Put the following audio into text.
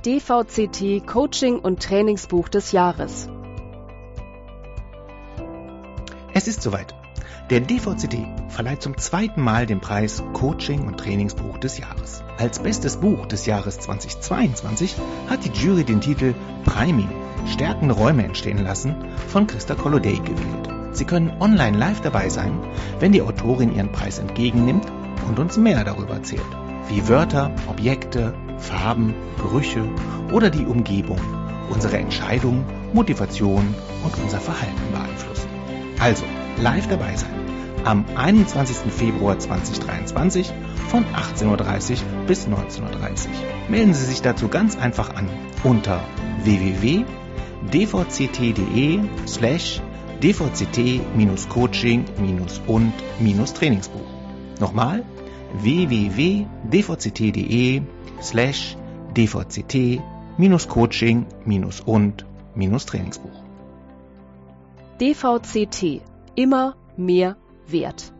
DVCT Coaching und Trainingsbuch des Jahres. Es ist soweit. Der DVCT verleiht zum zweiten Mal den Preis Coaching und Trainingsbuch des Jahres. Als bestes Buch des Jahres 2022 hat die Jury den Titel Priming – Stärkende Räume entstehen lassen von Christa Kolodey gewählt. Sie können online live dabei sein, wenn die Autorin ihren Preis entgegennimmt und uns mehr darüber erzählt, wie Wörter, Objekte, Farben, Gerüche oder die Umgebung unsere Entscheidungen, Motivation und unser Verhalten beeinflussen. Also live dabei sein am 21. Februar 2023 von 18.30 Uhr bis 19.30 Uhr. Melden Sie sich dazu ganz einfach an unter www.dvct-coaching-und-trainingsbuch. Nochmal www.dvct-coaching-und-trainingsbuch. DVCT. Immer mehr Wert.